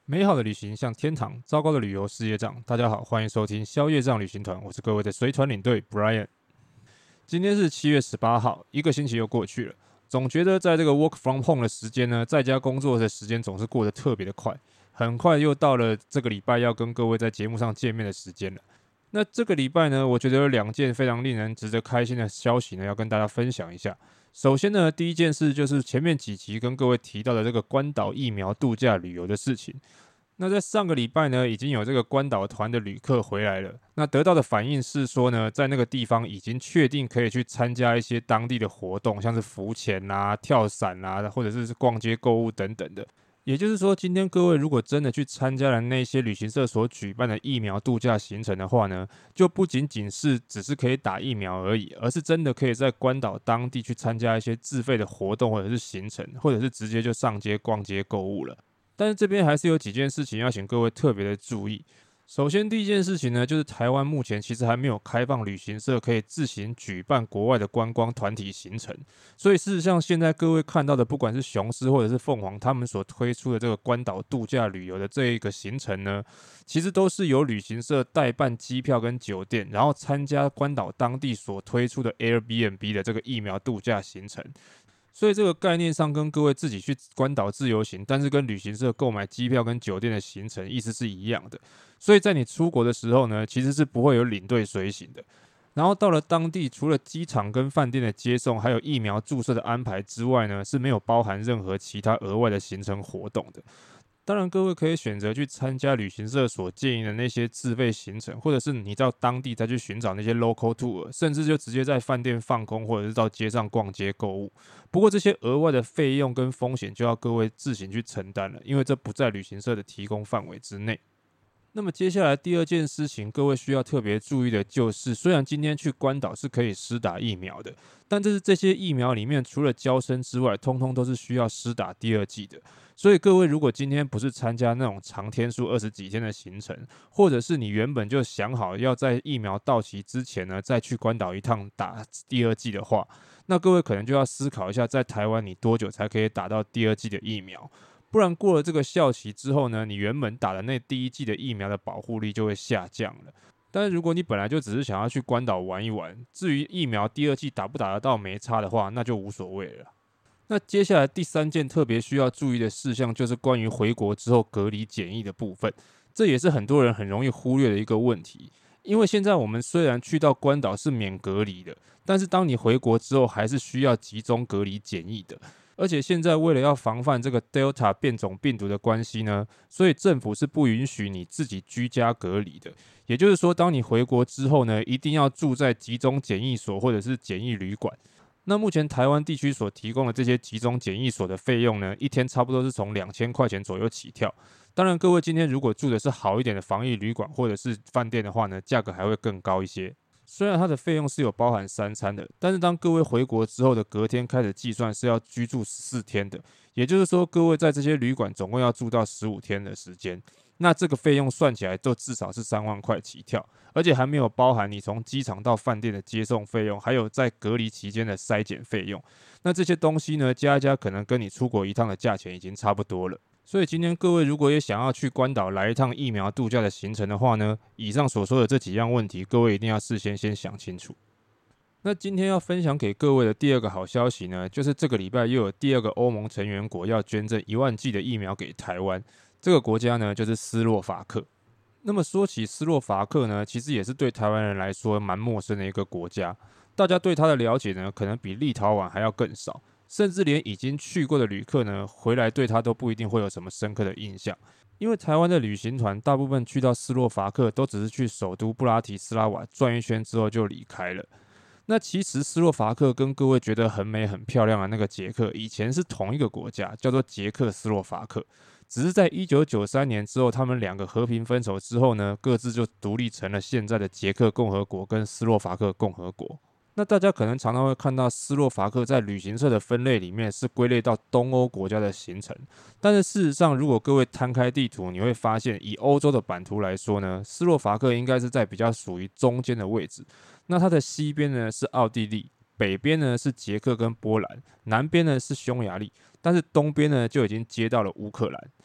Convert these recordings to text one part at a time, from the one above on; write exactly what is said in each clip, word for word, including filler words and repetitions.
美好的旅行像天堂，糟糕的旅游是业障。大家好，欢迎收听宵夜障旅行团，我是各位的随团领队 Brian。今天是七月十八号，一个星期又过去了。总觉得在这个 work from home 的时间呢，在家工作的时间总是过得特别的快，很快又到了这个礼拜要跟各位在节目上见面的时间了。那这个礼拜呢，我觉得有两件非常令人值得开心的消息呢，要跟大家分享一下。首先呢，第一件事就是前面几集跟各位提到的这个关岛疫苗度假旅游的事情。那在上个礼拜呢，已经有这个关岛团的旅客回来了。那得到的反应是说呢，在那个地方已经确定可以去参加一些当地的活动，像是浮潜啊、跳伞啊，或者是逛街购物等等的。也就是说，今天各位如果真的去参加了那些旅行社所举办的疫苗度假行程的话呢，就不仅仅是只是可以打疫苗而已，而是真的可以在关岛当地去参加一些自费的活动或者是行程，或者是直接就上街逛街购物了。但是这边还是有几件事情要请各位特别的注意。首先，第一件事情呢，就是台湾目前其实还没有开放旅行社可以自行举办国外的观光团体行程，所以事实上现在各位看到的，不管是雄狮或者是凤凰，他们所推出的这个关岛度假旅游的这一个行程呢，其实都是由旅行社代办机票跟酒店，然后参加关岛当地所推出的 Airbnb 的这个疫苗度假行程。所以这个概念上跟各位自己去关岛自由行，但是跟旅行社购买机票跟酒店的行程意思是一样的。所以在你出国的时候呢，其实是不会有领队随行的。然后到了当地，除了机场跟饭店的接送，还有疫苗注射的安排之外呢，是没有包含任何其他额外的行程活动的。当然，各位可以选择去参加旅行社所建议的那些自费行程，或者是你到当地再去寻找那些 local tour， 甚至就直接在饭店放空，或者是到街上逛街购物。不过这些额外的费用跟风险就要各位自行去承担了，因为这不在旅行社的提供范围之内。那么接下来第二件事情，各位需要特别注意的就是，虽然今天去关岛是可以施打疫苗的，但这是这些疫苗里面除了交生之外，通通都是需要施打第二剂的。所以各位如果今天不是参加那种长天数二十几天的行程，或者是你原本就想好要在疫苗到期之前呢再去关岛一趟打第二剂的话，那各位可能就要思考一下，在台湾你多久才可以打到第二剂的疫苗？不然过了这个效期之后呢，你原本打的那第一剂的疫苗的保护力就会下降了。但是如果你本来就只是想要去关岛玩一玩，至于疫苗第二剂打不打得到没差的话，那就无所谓了。那接下来第三件特别需要注意的事项，就是关于回国之后隔离检疫的部分，这也是很多人很容易忽略的一个问题。因为现在我们虽然去到关岛是免隔离的，但是当你回国之后，还是需要集中隔离检疫的。而且现在为了要防范这个 Delta 变种病毒的关系呢，所以政府是不允许你自己居家隔离的。也就是说，当你回国之后呢，一定要住在集中检疫所或者是检疫旅馆。那目前台湾地区所提供的这些集中检疫所的费用呢，一天差不多是从两千块钱左右起跳。当然，各位今天如果住的是好一点的防疫旅馆或者是饭店的话呢，价格还会更高一些。虽然它的费用是有包含三餐的，但是当各位回国之后的隔天开始计算是要居住十四天的，也就是说各位在这些旅馆总共要住到十五天的时间，那这个费用算起来就至少是三万块起跳，而且还没有包含你从机场到饭店的接送费用，还有在隔离期间的筛检费用。那这些东西呢，加一加可能跟你出国一趟的价钱已经差不多了。所以今天各位如果也想要去关岛来一趟疫苗度假的行程的话呢，以上所说的这几样问题，各位一定要事先先想清楚。那今天要分享给各位的第二个好消息呢，就是这个礼拜又有第二个欧盟成员国要捐赠一万剂的疫苗给台湾。这个国家呢，就是斯洛伐克。那么说起斯洛伐克呢，其实也是对台湾人来说蛮陌生的一个国家。大家对它的了解呢，可能比立陶宛还要更少。甚至连已经去过的旅客呢，回来对他都不一定会有什么深刻的印象，因为台湾的旅行团大部分去到斯洛伐克都只是去首都布拉提斯拉瓦转一圈之后就离开了。那其实斯洛伐克跟各位觉得很美很漂亮的那个捷克，以前是同一个国家，叫做捷克斯洛伐克。只是在一九九三年之后，他们两个和平分手之后呢，各自就独立成了现在的捷克共和国跟斯洛伐克共和国。那大家可能常常会看到斯洛伐克在旅行社的分类里面是归类到东欧国家的行程，但是事实上，如果各位摊开地图，你会发现，以欧洲的版图来说呢，斯洛伐克应该是在比较属于中间的位置。那它的西边呢是奥地利，北边呢是捷克跟波兰，南边呢是匈牙利，但是东边呢就已经接到了乌克兰。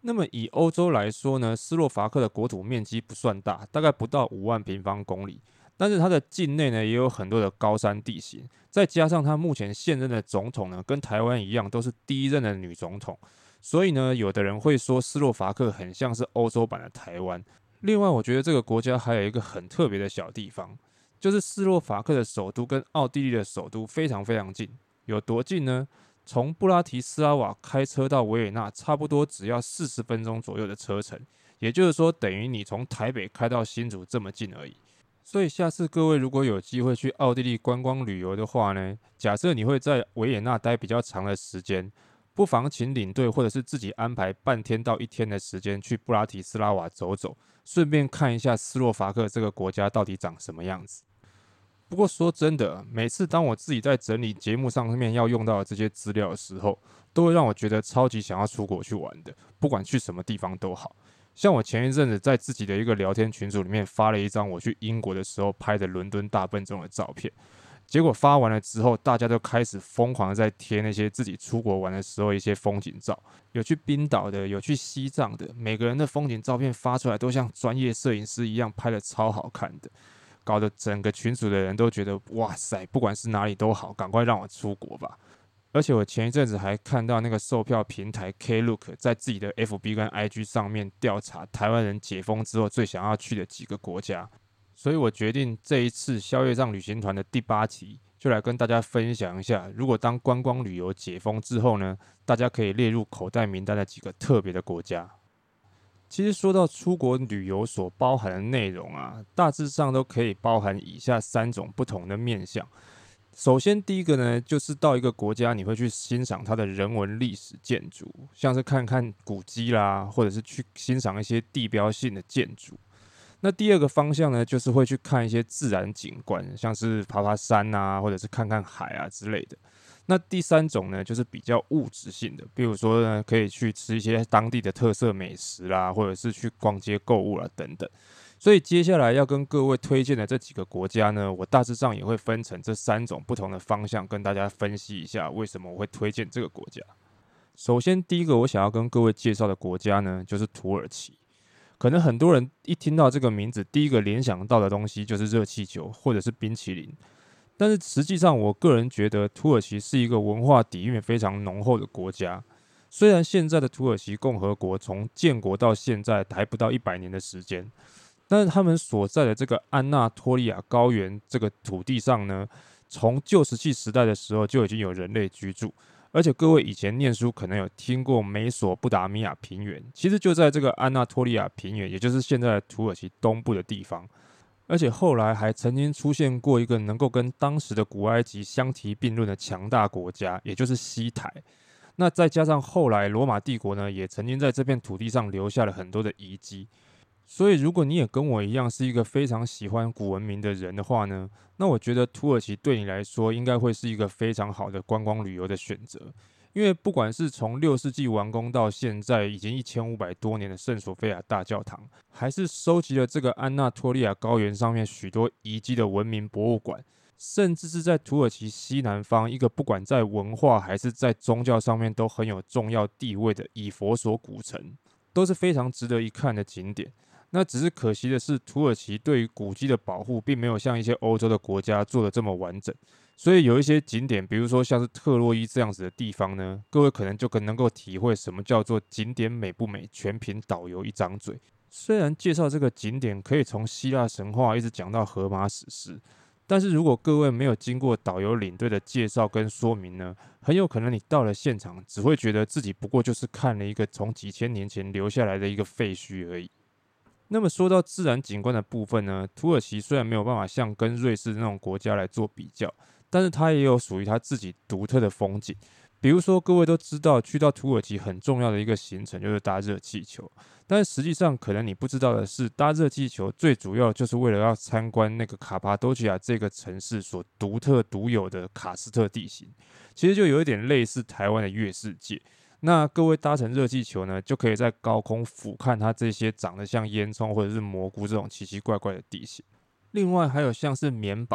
那么以欧洲来说呢，斯洛伐克的国土面积不算大，大概不到五万平方公里，但是它的境内呢也有很多的高山地形，再加上它目前现任的总统呢跟台湾一样都是第一任的女总统，所以呢有的人会说斯洛伐克很像是欧洲版的台湾。另外我觉得这个国家还有一个很特别的小地方，就是斯洛伐克的首都跟奥地利的首都非常非常近，有多近呢？从布拉提斯拉瓦开车到维也纳，差不多只要四十分钟左右的车程，也就是说，等于你从台北开到新竹这么近而已。所以下次各位如果有机会去奥地利观光旅游的话呢，假设你会在维也纳待比较长的时间，不妨请领队或者是自己安排半天到一天的时间去布拉提斯拉瓦走走，顺便看一下斯洛伐克这个国家到底长什么样子。不过说真的，每次当我自己在整理节目上面要用到的这些资料的时候，都会让我觉得超级想要出国去玩的，不管去什么地方都好。像我前一阵子在自己的一个聊天群组里面发了一张我去英国的时候拍的伦敦大笨钟的照片，结果发完了之后，大家都开始疯狂的在贴那些自己出国玩的时候一些风景照，有去冰岛的，有去西藏的，每个人的风景照片发出来都像专业摄影师一样拍的超好看的。搞得整个群组的人都觉得哇塞，不管是哪里都好，赶快让我出国吧。而且我前一阵子还看到那个售票平台 Klook 在自己的 F B 跟 I G 上面调查台湾人解封之后最想要去的几个国家，所以我决定这一次宵夜账旅行团的第八期就来跟大家分享一下，如果当观光旅游解封之后呢，大家可以列入口袋名单的几个特别的国家。其实说到出国旅游所包含的内容啊，大致上都可以包含以下三种不同的面向。首先，第一个呢，就是到一个国家，你会去欣赏它的人文历史建筑，像是看看古迹啦，或者是去欣赏一些地标性的建筑。那第二个方向呢，就是会去看一些自然景观，像是爬爬山啊，或者是看看海啊之类的。那第三种呢，就是比较物质性的，比如说呢，可以去吃一些当地的特色美食啦，或者是去逛街购物啦等等。所以接下来要跟各位推荐的这几个国家呢，我大致上也会分成这三种不同的方向，跟大家分析一下为什么我会推荐这个国家。首先，第一个我想要跟各位介绍的国家呢，就是土耳其。可能很多人一听到这个名字，第一个联想到的东西就是热气球或者是冰淇淋。但是实际上，我个人觉得土耳其是一个文化底蕴非常浓厚的国家。虽然现在的土耳其共和国从建国到现在还不到一百年的时间，但是他们所在的这个安纳托利亚高原这个土地上呢，从旧石器时代的时候就已经有人类居住。而且各位以前念书可能有听过美索不达米亚平原，其实就在这个安纳托利亚平原，也就是现在的土耳其东部的地方。而且后来还曾经出现过一个能够跟当时的古埃及相提并论的强大国家，也就是西台。那再加上后来罗马帝国呢，也曾经在这片土地上留下了很多的遗迹。所以如果你也跟我一样是一个非常喜欢古文明的人的话呢，那我觉得土耳其对你来说应该会是一个非常好的观光旅游的选择。因为不管是从六世纪完工到现在已经一千五百多年的圣索菲亚大教堂，还是收集了这个安纳托利亚高原上面许多遗迹的文明博物馆，甚至是在土耳其西南方一个不管在文化还是在宗教上面都很有重要地位的以佛所古城，都是非常值得一看的景点。那只是可惜的是，土耳其对于古迹的保护并没有像一些欧洲的国家做得这么完整。所以有一些景点，比如说像是特洛伊这样子的地方呢，各位可能就更能够体会什么叫做景点美不美，全凭导游一张嘴。虽然介绍这个景点可以从希腊神话一直讲到荷马史诗，但是如果各位没有经过导游领队的介绍跟说明呢，很有可能你到了现场，只会觉得自己不过就是看了一个从几千年前留下来的一个废墟而已。那么说到自然景观的部分呢，土耳其虽然没有办法像跟瑞士那种国家来做比较，但是它也有属于它自己独特的风景。比如说，各位都知道，去到土耳其很重要的一个行程就是搭热气球，但实际上可能你不知道的是，搭热气球最主要就是为了要参观那个卡帕多奇亚这个城市所独特独有的喀斯特地形，其实就有一点类似台湾的月世界。那各位搭乘热气球呢，就可以在高空俯瞰它这些长得像烟囱或者是蘑菇这种奇奇怪怪的地形。另外还有像是棉堡，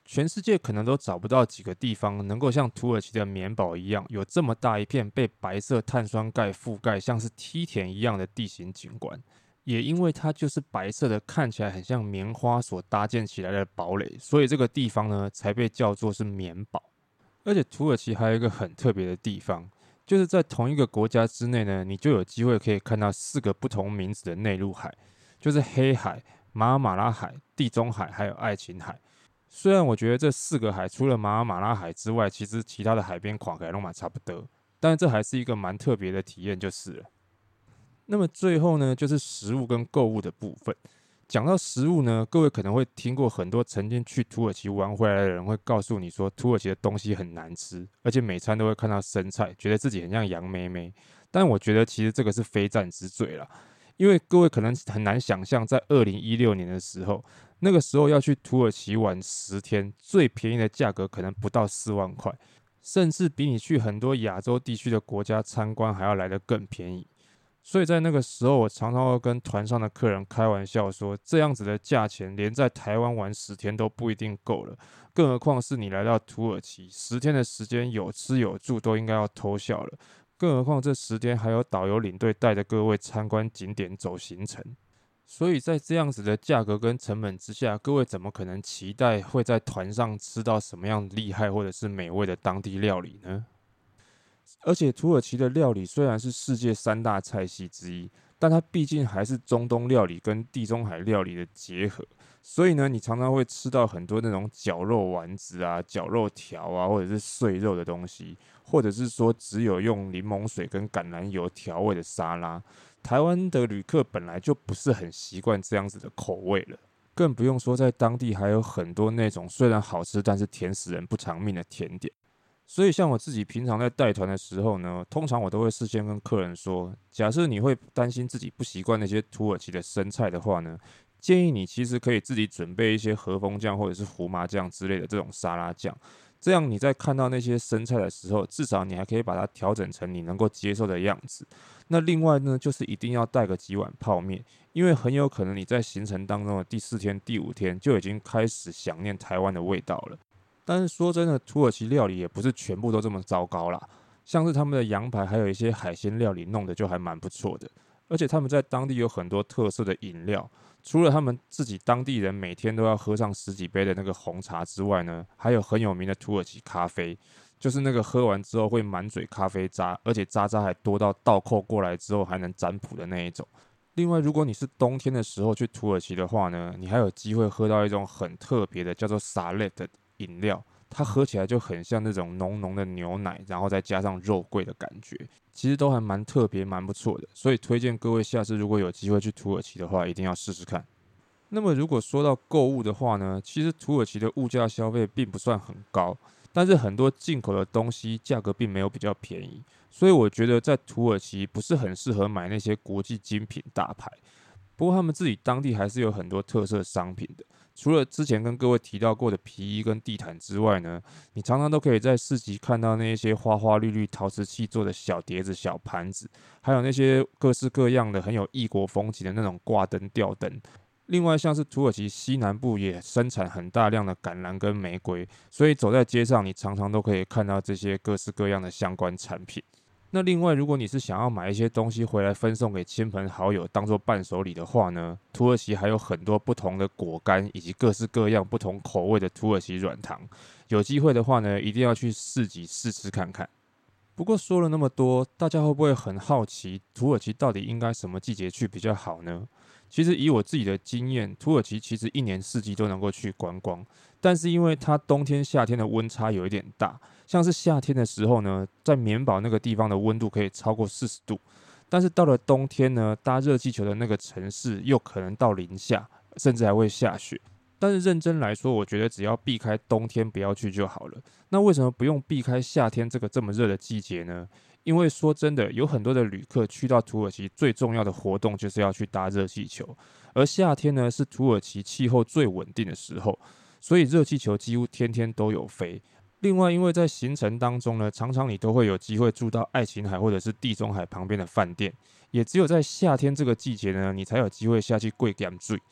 全世界可能都找不到几个地方能够像土耳其的棉堡一样，有这么大一片被白色碳酸钙覆盖，像是梯田一样的地形景观。也因为它就是白色的，看起来很像棉花所搭建起来的堡垒，所以这个地方呢才被叫做是棉堡。而且土耳其还有一个很特别的地方，就是在同一个国家之内呢，你就有机会可以看到四个不同名字的内陆海，就是黑海、马尔马拉海、地中海还有爱琴海。虽然我觉得这四个海除了马尔马拉海之外，其实其他的海边看起来都蛮差不多，但是这还是一个蛮特别的体验就是了。那么最后呢，就是食物跟购物的部分。讲到食物呢，各位可能会听过很多曾经去土耳其玩回来的人会告诉你说，土耳其的东西很难吃，而且每餐都会看到生菜，觉得自己很像杨妹妹。但我觉得其实这个是非战之罪啦，因为各位可能很难想象，在二零一六年的时候，那个时候要去土耳其玩十天，最便宜的价格可能不到四万块，甚至比你去很多亚洲地区的国家参观还要来得更便宜。所以在那个时候，我常常会跟团上的客人开玩笑说，这样子的价钱，连在台湾玩十天都不一定够了，更何况是你来到土耳其，十天的时间有吃有住都应该要偷笑了，更何况这十天还有导游领队带着各位参观景点走行程。所以在这样子的价格跟成本之下，各位怎么可能期待会在团上吃到什么样厉害或者是美味的当地料理呢？而且土耳其的料理虽然是世界三大菜系之一，但它毕竟还是中东料理跟地中海料理的结合，所以呢，你常常会吃到很多那种绞肉丸子啊、绞肉条啊，或者是碎肉的东西，或者是说只有用柠檬水跟橄榄油调味的沙拉。台湾的旅客本来就不是很习惯这样子的口味了，更不用说在当地还有很多那种虽然好吃，但是甜死人不偿命的甜点。所以，像我自己平常在带团的时候呢，通常我都会事先跟客人说，假设你会担心自己不习惯那些土耳其的生菜的话呢，建议你其实可以自己准备一些和风酱或者是胡麻酱之类的这种沙拉酱，这样你在看到那些生菜的时候，至少你还可以把它调整成你能够接受的样子。那另外呢，就是一定要带个几碗泡面，因为很有可能你在行程当中的第四天、第五天就已经开始想念台湾的味道了。但是说真的，土耳其料理也不是全部都这么糟糕啦，像是他们的羊排还有一些海鲜料理弄得就还蛮不错的，而且他们在当地有很多特色的饮料，除了他们自己当地人每天都要喝上十几杯的那个红茶之外呢，还有很有名的土耳其咖啡，就是那个喝完之后会满嘴咖啡渣，而且渣渣还多到倒扣过来之后还能占卜的那一种。另外，如果你是冬天的时候去土耳其的话呢，你还有机会喝到一种很特别的叫做沙列的饮料，它喝起来就很像那种浓浓的牛奶，然后再加上肉桂的感觉，其实都还蛮特别、蛮不错的。所以推荐各位下次如果有机会去土耳其的话，一定要试试看。那么如果说到购物的话呢，其实土耳其的物价消费并不算很高，但是很多进口的东西价格并没有比较便宜，所以我觉得在土耳其不是很适合买那些国际精品大牌。不过他们自己当地还是有很多特色商品的，除了之前跟各位提到过的皮衣跟地毯之外呢，你常常都可以在市集看到那些花花绿绿陶瓷器做的小碟子、小盘子，还有那些各式各样的很有异国风情的那种挂灯、吊灯。另外，像是土耳其西南部也生产很大量的橄榄跟玫瑰，所以走在街上，你常常都可以看到这些各式各样的相关产品。那另外，如果你是想要买一些东西回来分送给亲朋好友当做伴手礼的话呢，土耳其还有很多不同的果干以及各式各样不同口味的土耳其软糖。有机会的话呢，一定要去市集试吃看看。不过说了那么多，大家会不会很好奇，土耳其到底应该什么季节去比较好呢？其实以我自己的经验，土耳其其实一年四季都能够去观光，但是因为它冬天、夏天的温差有一点大，像是夏天的时候呢，在棉堡那个地方的温度可以超过四十度，但是到了冬天呢，搭热气球的那个城市又可能到零下，甚至还会下雪。但是认真来说，我觉得只要避开冬天不要去就好了。那为什么不用避开夏天这个这么热的季节呢？因为说真的，有很多的旅客去到土耳其最重要的活动就是要去搭热气球，而夏天呢是土耳其气候最稳定的时候，所以热气球几乎天天都有飞。另外，因为在行程当中呢，常常你都会有机会住到爱琴海或者是地中海旁边的饭店，也只有在夏天这个季节呢，你才有机会下去贵点醉。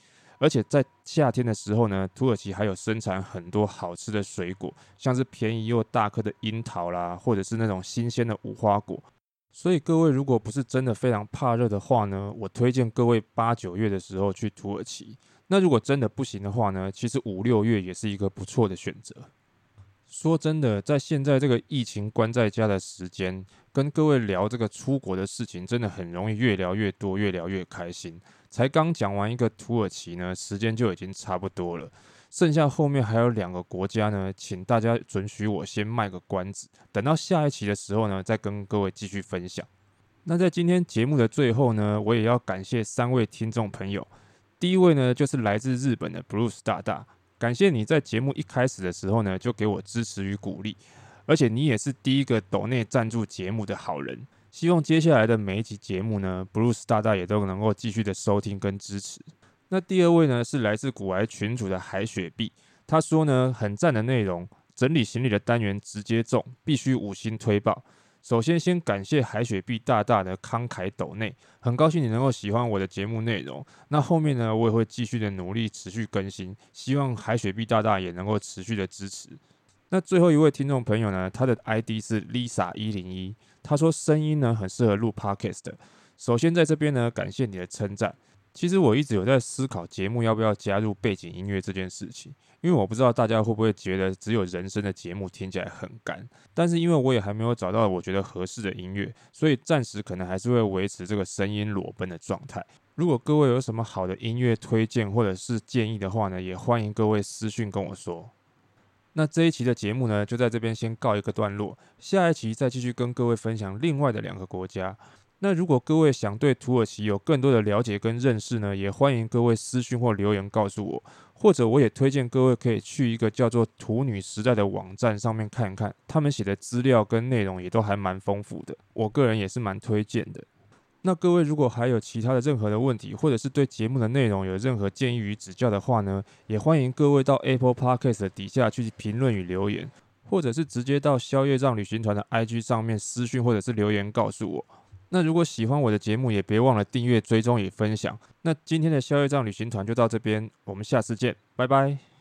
而且在夏天的时候呢，土耳其还有生产很多好吃的水果，像是便宜又大颗的樱桃啦，或者是那种新鲜的无花果。所以各位如果不是真的非常怕热的话呢，我推荐各位八九月的时候去土耳其。那如果真的不行的话呢，其实五六月也是一个不错的选择。说真的，在现在这个疫情关在家的时间，跟各位聊这个出国的事情，真的很容易越聊越多，越聊越开心。才刚讲完一个土耳其呢，时间就已经差不多了。剩下后面还有两个国家呢，请大家准许我先卖个关子，等到下一期的时候呢，再跟各位继续分享。那在今天节目的最后呢，我也要感谢三位听众朋友。第一位呢，就是来自日本的 Bruce 大大，感谢你在节目一开始的时候呢，就给我支持与鼓励，而且你也是第一个抖内赞助节目的好人。希望接下来的每一集节目呢 ，Bruce 大大也都能够继续的收听跟支持。那第二位呢是来自古癌群组的海雪碧，他说呢很赞的内容，整理行李的单元直接中，必须五星推爆。首先先感谢海雪碧大大的慷慨抖内，很高兴你能够喜欢我的节目内容。那后面呢我也会继续的努力持续更新，希望海雪碧大大也能够持续的支持。那最后一位听众朋友呢，他的 I D 是 Lisa 一零一，他说声音呢很适合录 Podcast 的。首先在这边呢感谢你的称赞。其实我一直有在思考节目要不要加入背景音乐这件事情，因为我不知道大家会不会觉得只有人声的节目听起来很干，但是因为我也还没有找到我觉得合适的音乐，所以暂时可能还是会维持这个声音裸奔的状态。如果各位有什么好的音乐推荐或者是建议的话呢，也欢迎各位私讯跟我说。那这一期的节目呢，就在这边先告一个段落，下一期再继续跟各位分享另外的两个国家。那如果各位想对土耳其有更多的了解跟认识呢，也欢迎各位私讯或留言告诉我，或者我也推荐各位可以去一个叫做土女时代的网站上面看看，他们写的资料跟内容也都还蛮丰富的，我个人也是蛮推荐的。那各位如果还有其他的任何的问题，或者是对节目的内容有任何建议与指教的话呢，也欢迎各位到 Apple Podcast 的底下去评论与留言，或者是直接到宵夜帐旅行团的 I G 上面私讯或者是留言告诉我。那如果喜欢我的节目，也别忘了订阅、追踪与分享。那今天的宵夜帐旅行团就到这边，我们下次见，拜拜。